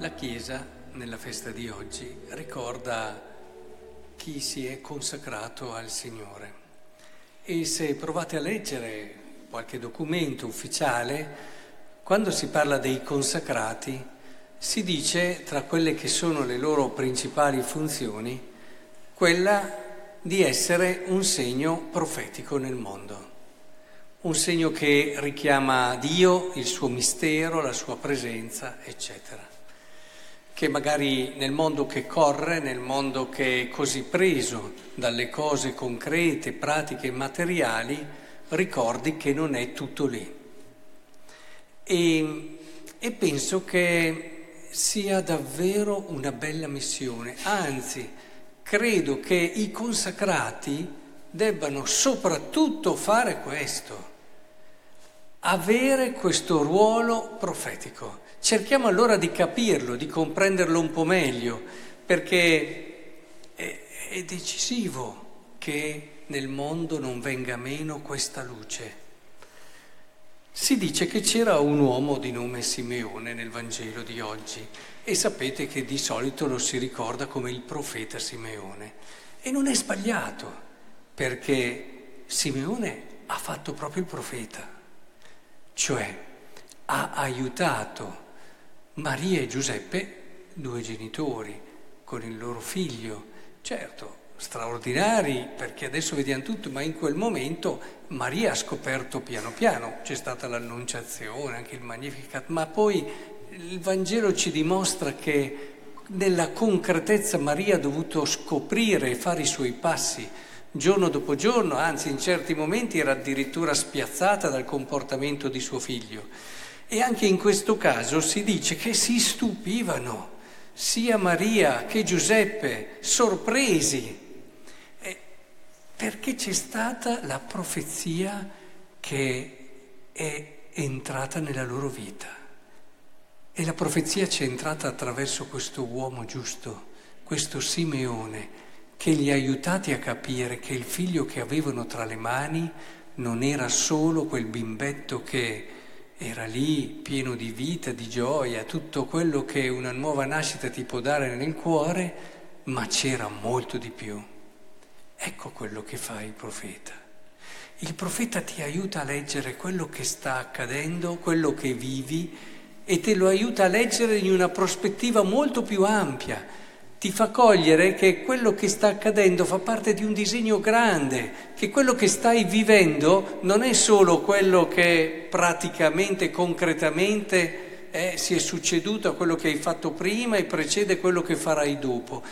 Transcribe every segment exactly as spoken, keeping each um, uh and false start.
La Chiesa, nella festa di oggi, ricorda chi si è consacrato al Signore. E se provate a leggere qualche documento ufficiale, quando si parla dei consacrati, si dice, tra quelle che sono le loro principali funzioni, quella di essere un segno profetico nel mondo. Un segno che richiama Dio, il suo mistero, la sua presenza, eccetera. Che magari nel mondo che corre, nel mondo che è così preso dalle cose concrete, pratiche e materiali, ricordi che non è tutto lì. E, e penso che sia davvero una bella missione, anzi, credo che i consacrati debbano soprattutto fare questo, avere questo ruolo profetico. Cerchiamo allora di capirlo, di comprenderlo un po' meglio, perché è, è decisivo che nel mondo non venga meno questa luce. Si dice che c'era un uomo di nome Simeone nel Vangelo di oggi e sapete che di solito lo si ricorda come il profeta Simeone. E non è sbagliato, perché Simeone ha fatto proprio il profeta, cioè ha aiutato Maria e Giuseppe, due genitori, con il loro figlio, certo, straordinari, perché adesso vediamo tutto, ma in quel momento Maria ha scoperto piano piano, c'è stata l'Annunciazione, anche il Magnificat, ma poi il Vangelo ci dimostra che nella concretezza Maria ha dovuto scoprire e fare i suoi passi giorno dopo giorno, anzi in certi momenti era addirittura spiazzata dal comportamento di suo figlio. E anche in questo caso si dice che si stupivano, sia Maria che Giuseppe, sorpresi, eh, perché c'è stata la profezia che è entrata nella loro vita. E la profezia c'è entrata attraverso questo uomo giusto, questo Simeone, che li ha aiutati a capire che il figlio che avevano tra le mani non era solo quel bimbetto che era lì pieno di vita, di gioia, tutto quello che una nuova nascita ti può dare nel cuore, ma c'era molto di più. Ecco quello che fa il profeta. Il profeta ti aiuta a leggere quello che sta accadendo, quello che vivi, e te lo aiuta a leggere in una prospettiva molto più ampia. Ti fa cogliere che quello che sta accadendo fa parte di un disegno grande, che quello che stai vivendo non è solo quello che praticamente, concretamente eh, si è succeduto a quello che hai fatto prima e precede quello che farai dopo,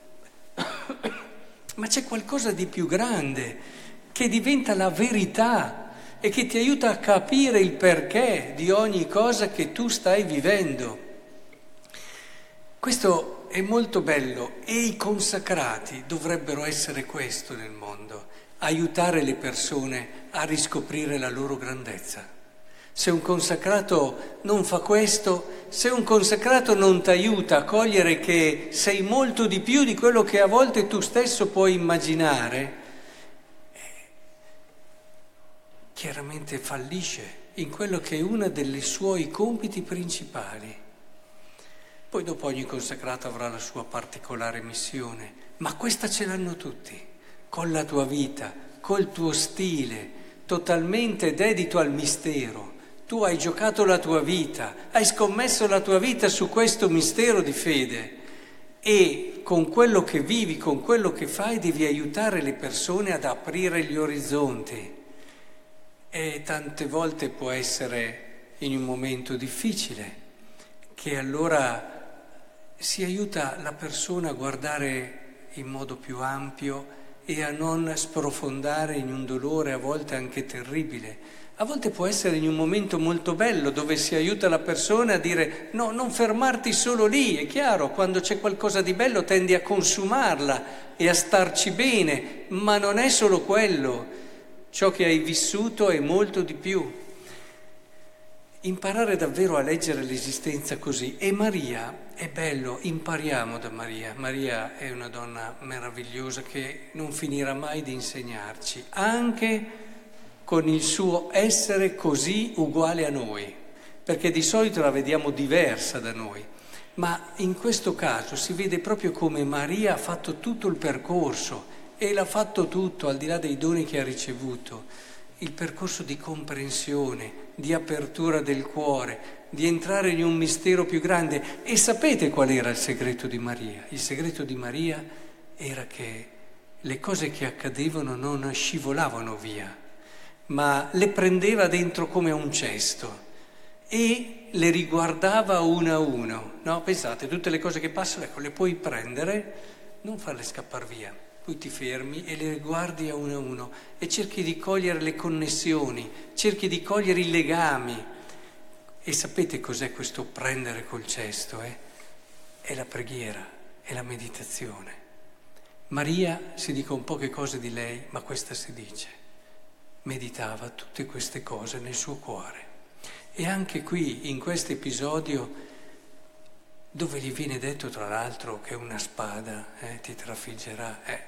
ma c'è qualcosa di più grande che diventa la verità e che ti aiuta a capire il perché di ogni cosa che tu stai vivendo. Questo è molto bello e i consacrati dovrebbero essere questo nel mondo, aiutare le persone a riscoprire la loro grandezza. Se un consacrato non fa questo, se un consacrato non ti aiuta a cogliere che sei molto di più di quello che a volte tu stesso puoi immaginare, chiaramente fallisce in quello che è uno dei suoi compiti principali. Poi dopo ogni consacrato avrà la sua particolare missione, ma questa ce l'hanno tutti, con la tua vita, col tuo stile, totalmente dedito al mistero. Tu hai giocato la tua vita, hai scommesso la tua vita su questo mistero di fede e con quello che vivi, con quello che fai, devi aiutare le persone ad aprire gli orizzonti. E tante volte può essere in un momento difficile, che allora si aiuta la persona a guardare in modo più ampio e a non sprofondare in un dolore a volte anche terribile. A volte può essere in un momento molto bello dove si aiuta la persona a dire no, non fermarti solo lì. È chiaro, quando c'è qualcosa di bello tendi a consumarla e a starci bene, ma non è solo quello. Ciò che hai vissuto è molto di più. Imparare davvero a leggere l'esistenza così. E Maria, è bello, impariamo da Maria. Maria è una donna meravigliosa che non finirà mai di insegnarci, anche con il suo essere così uguale a noi, perché di solito la vediamo diversa da noi. Ma in questo caso si vede proprio come Maria ha fatto tutto il percorso e l'ha fatto tutto, al di là dei doni che ha ricevuto, il percorso di comprensione, di apertura del cuore, di entrare in un mistero più grande. E sapete qual era il segreto di Maria? Il segreto di Maria era che le cose che accadevano non scivolavano via, ma le prendeva dentro come un cesto e le riguardava una a uno. No, pensate, tutte le cose che passano, ecco, le puoi prendere, non farle scappare via. Poi ti fermi e le guardi a uno a uno e cerchi di cogliere le connessioni, cerchi di cogliere i legami. E sapete cos'è questo prendere col cesto? Eh? È la preghiera, è la meditazione. Maria, si dicono poche cose di lei, ma questa si dice. Meditava tutte queste cose nel suo cuore. E anche qui, in questo episodio, dove gli viene detto tra l'altro che una spada eh, ti trafiggerà, eh,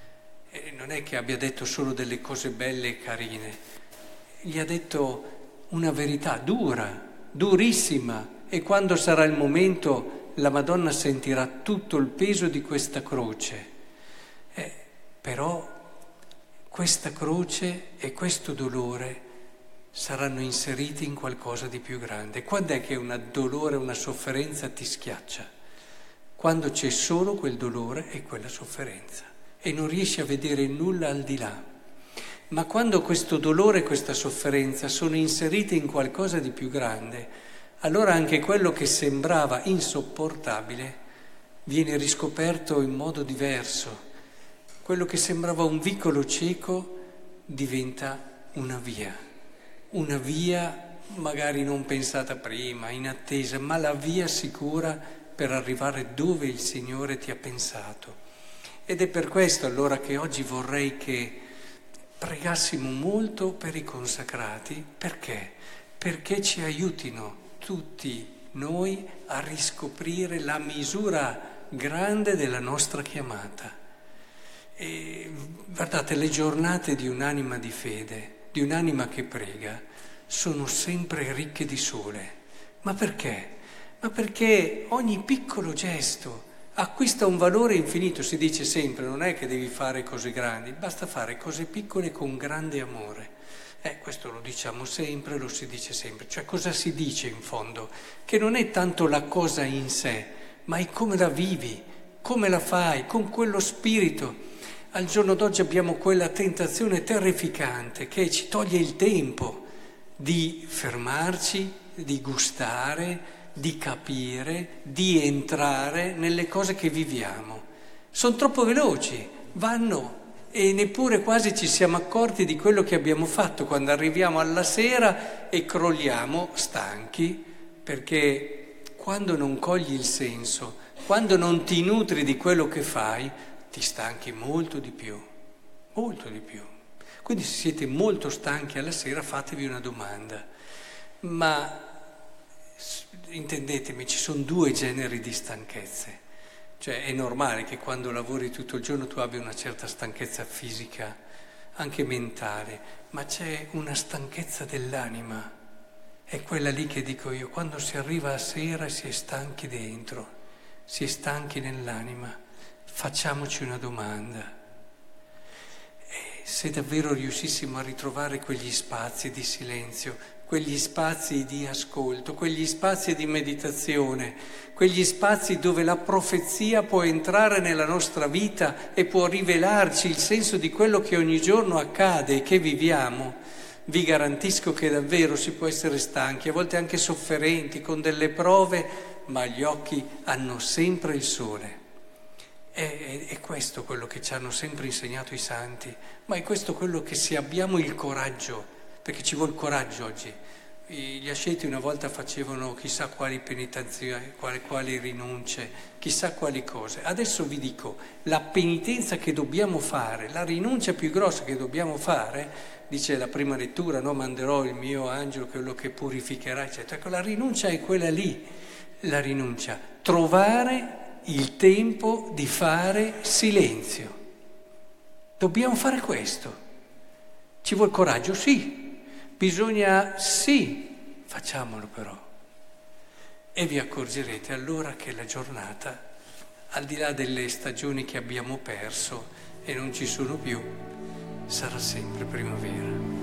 e non è che abbia detto solo delle cose belle e carine, gli ha detto una verità dura, durissima, e quando sarà il momento la Madonna sentirà tutto il peso di questa croce. Eh, però questa croce e questo dolore saranno inseriti in qualcosa di più grande. Quando è che un dolore, una sofferenza ti schiaccia? Quando c'è solo quel dolore e quella sofferenza e non riesci a vedere nulla al di là. Ma quando questo dolore e questa sofferenza sono inserite in qualcosa di più grande, allora anche quello che sembrava insopportabile viene riscoperto in modo diverso. Quello che sembrava un vicolo cieco diventa una via, una via magari non pensata prima, inattesa, ma la via sicura per arrivare dove il Signore ti ha pensato. Ed è per questo allora che oggi vorrei che pregassimo molto per i consacrati. Perché? Perché ci aiutino tutti noi a riscoprire la misura grande della nostra chiamata. E guardate, le giornate di un'anima di fede, di un'anima che prega, sono sempre ricche di sole. Ma perché? Ma perché ogni piccolo gesto acquista un valore infinito. Si dice sempre, non è che devi fare cose grandi, basta fare cose piccole con grande amore. Eh, questo lo diciamo sempre, lo si dice sempre. Cioè, cosa si dice in fondo? Che non è tanto la cosa in sé, ma è come la vivi, come la fai, con quello spirito. Al giorno d'oggi abbiamo quella tentazione terrificante che ci toglie il tempo di fermarci, di gustare, di capire, di entrare nelle cose che viviamo. Sono troppo veloci, vanno e neppure quasi ci siamo accorti di quello che abbiamo fatto quando arriviamo alla sera e crolliamo stanchi, perché quando non cogli il senso, quando non ti nutri di quello che fai, ti stanchi molto di più, molto di più. Quindi se siete molto stanchi alla sera fatevi una domanda, ma intendetemi, ci sono due generi di stanchezze. Cioè è normale che quando lavori tutto il giorno tu abbia una certa stanchezza fisica, anche mentale, ma c'è una stanchezza dell'anima. È quella lì che dico io, quando si arriva a sera e si è stanchi dentro, si è stanchi nell'anima, facciamoci una domanda. E se davvero riuscissimo a ritrovare quegli spazi di silenzio, quegli spazi di ascolto, quegli spazi di meditazione, quegli spazi dove la profezia può entrare nella nostra vita e può rivelarci il senso di quello che ogni giorno accade e che viviamo, vi garantisco che davvero si può essere stanchi, a volte anche sofferenti, con delle prove, ma gli occhi hanno sempre il sole. È, è questo quello che ci hanno sempre insegnato i santi, ma è questo quello che, se abbiamo il coraggio, perché ci vuole coraggio oggi. Gli asceti una volta facevano chissà quali penitenze, quali, quali rinunce, chissà quali cose. Adesso vi dico, la penitenza che dobbiamo fare, la rinuncia più grossa che dobbiamo fare, dice la prima lettura, no? Manderò il mio angelo, quello che purificherà, eccetera. Ecco, la rinuncia è quella lì, la rinuncia. Trovare il tempo di fare silenzio. Dobbiamo fare questo. Ci vuole coraggio? Sì. Bisogna, sì, facciamolo però. e vi accorgerete allora che la giornata, al di là delle stagioni che abbiamo perso e non ci sono più, sarà sempre primavera.